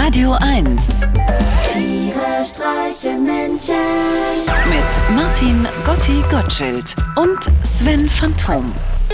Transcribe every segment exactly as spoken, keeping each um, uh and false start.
Radio eins. Tiere streichen Menschen. Mit Martin Gotti Gottschild und Sven Phantom.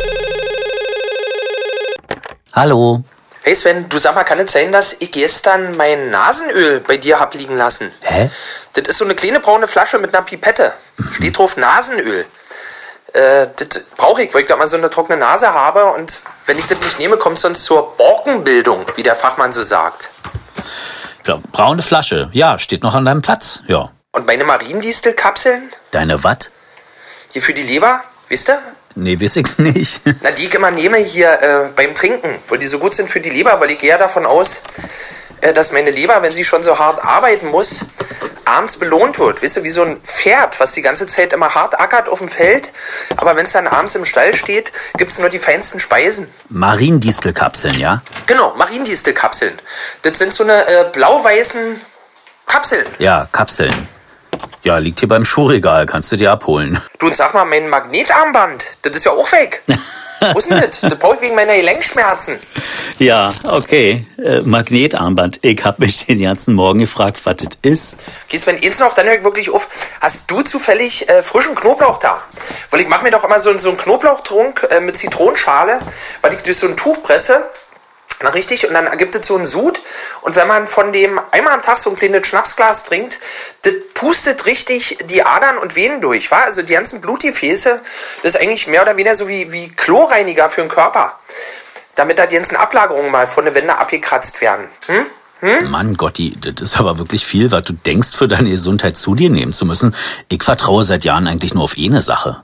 Hallo. Hey Sven, du sag mal, kann es sein, dass ich gestern mein Nasenöl bei dir hab liegen lassen? Hä? Das ist so eine kleine braune Flasche mit einer Pipette. Steht drauf Nasenöl. Äh, das brauche ich, weil ich da mal so eine trockene Nase habe und wenn ich das nicht nehme, kommt es sonst zur Borkenbildung, wie der Fachmann so sagt. Ja, braune Flasche. Ja, steht noch an deinem Platz. Ja. Und meine Mariendistelkapseln? Deine was? Hier für die Leber, wisst ihr? Nee, weiß ich nicht. Na, die ich immer nehme hier äh, beim Trinken, weil die so gut sind für die Leber, weil ich gehe ja davon aus, äh, dass meine Leber, wenn sie schon so hart arbeiten muss, abends belohnt wird. Wisst ihr, wie so ein Pferd, was die ganze Zeit immer hart ackert auf dem Feld, aber wenn es dann abends im Stall steht, gibt es nur die feinsten Speisen. Mariendistelkapseln, ja? Genau, Mariendistelkapseln. Das sind so eine äh, blau-weißen Kapseln. Ja, Kapseln. Ja, liegt hier beim Schuhregal, kannst du dir abholen. Du, und sag mal, mein Magnetarmband, das ist ja auch weg. Wo ist denn das? Das brauche ich wegen meiner Gelenkschmerzen. Ja, okay. Äh, Magnetarmband. Ich hab mich den ganzen Morgen gefragt, was das ist. Gehst wenn eins noch, dann hör ich wirklich auf. Hast du zufällig äh, frischen Knoblauch da? Weil ich mache mir doch immer so, so einen Knoblauchtrunk äh, mit Zitronenschale, weil ich durch so ein Tuch presse. Na richtig, und dann ergibt es so einen Sud. Und wenn man von dem einmal am Tag so ein kleines Schnapsglas trinkt, das pustet richtig die Adern und Venen durch, wa? Also die ganzen Blutgefäße, das ist eigentlich mehr oder weniger so wie, wie Chlorreiniger für den Körper. Damit da die ganzen Ablagerungen mal von der Wände abgekratzt werden. Hm? Hm? Mann, Gotti, das ist aber wirklich viel, was du denkst, für deine Gesundheit zu dir nehmen zu müssen. Ich vertraue seit Jahren eigentlich nur auf eine Sache.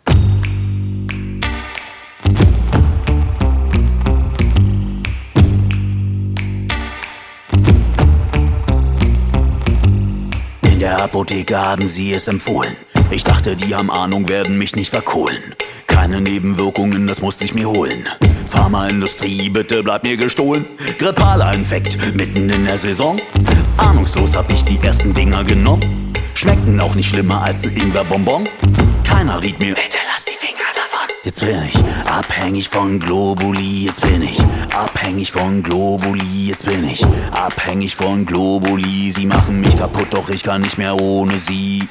In der Apotheke haben sie es empfohlen. Ich dachte, die haben Ahnung, werden mich nicht verkohlen. Keine Nebenwirkungen, das musste ich mir holen. Pharmaindustrie, bitte bleib mir gestohlen. Grippaler Infekt, mitten in der Saison. Ahnungslos hab ich die ersten Dinger genommen. Schmeckten auch nicht schlimmer als ein Ingwer-Bonbon. Keiner riet mir, bitte lass die Finger davon. Jetzt bin ich abhängig von Globuli, jetzt bin ich abhängig von Globuli, jetzt bin ich abhängig von Globuli. Sie machen mich kaputt, doch ich kann nicht mehr ohne sie.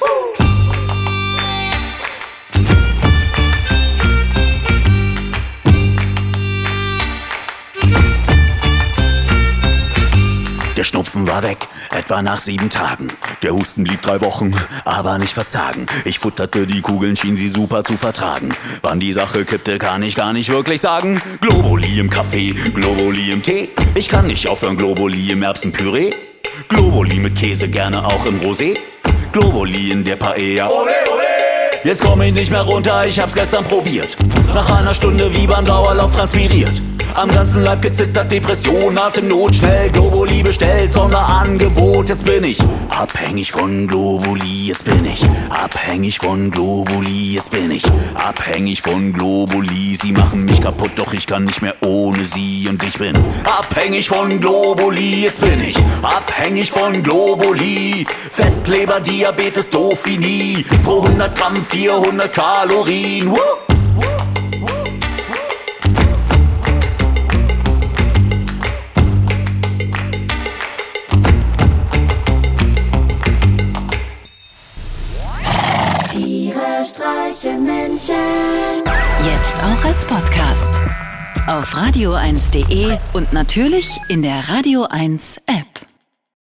Der Schnupfen war weg, etwa nach sieben Tagen. Der Husten blieb drei Wochen, aber nicht verzagen. Ich futterte die Kugeln, schien sie super zu vertragen. Wann die Sache kippte, kann ich gar nicht wirklich sagen. Globuli im Kaffee, Globuli im Tee. Ich kann nicht aufhören, Globuli im Erbsenpüree. Globuli mit Käse, gerne auch im Rosé. Globuli in der Paella. Ole, ole! Jetzt komm ich nicht mehr runter, ich hab's gestern probiert. Nach einer Stunde wie beim Dauerlauf transpiriert. Am ganzen Leib gezittert, Depression, Atemnot, schnell Globuli bestellt, Sonderangebot. Jetzt bin ich abhängig von Globuli, jetzt bin ich abhängig von Globuli, jetzt bin ich abhängig von Globuli. Sie machen mich kaputt, doch ich kann nicht mehr ohne sie. Und ich bin abhängig von Globuli, jetzt bin ich abhängig von Globuli. Fettleber, Diabetes, Dauphini, pro hundert Gramm vierhundert Kalorien. Woo! Tiere streichen Menschen. Jetzt auch als Podcast. Auf radio eins punkt de und natürlich in der Radio eins App.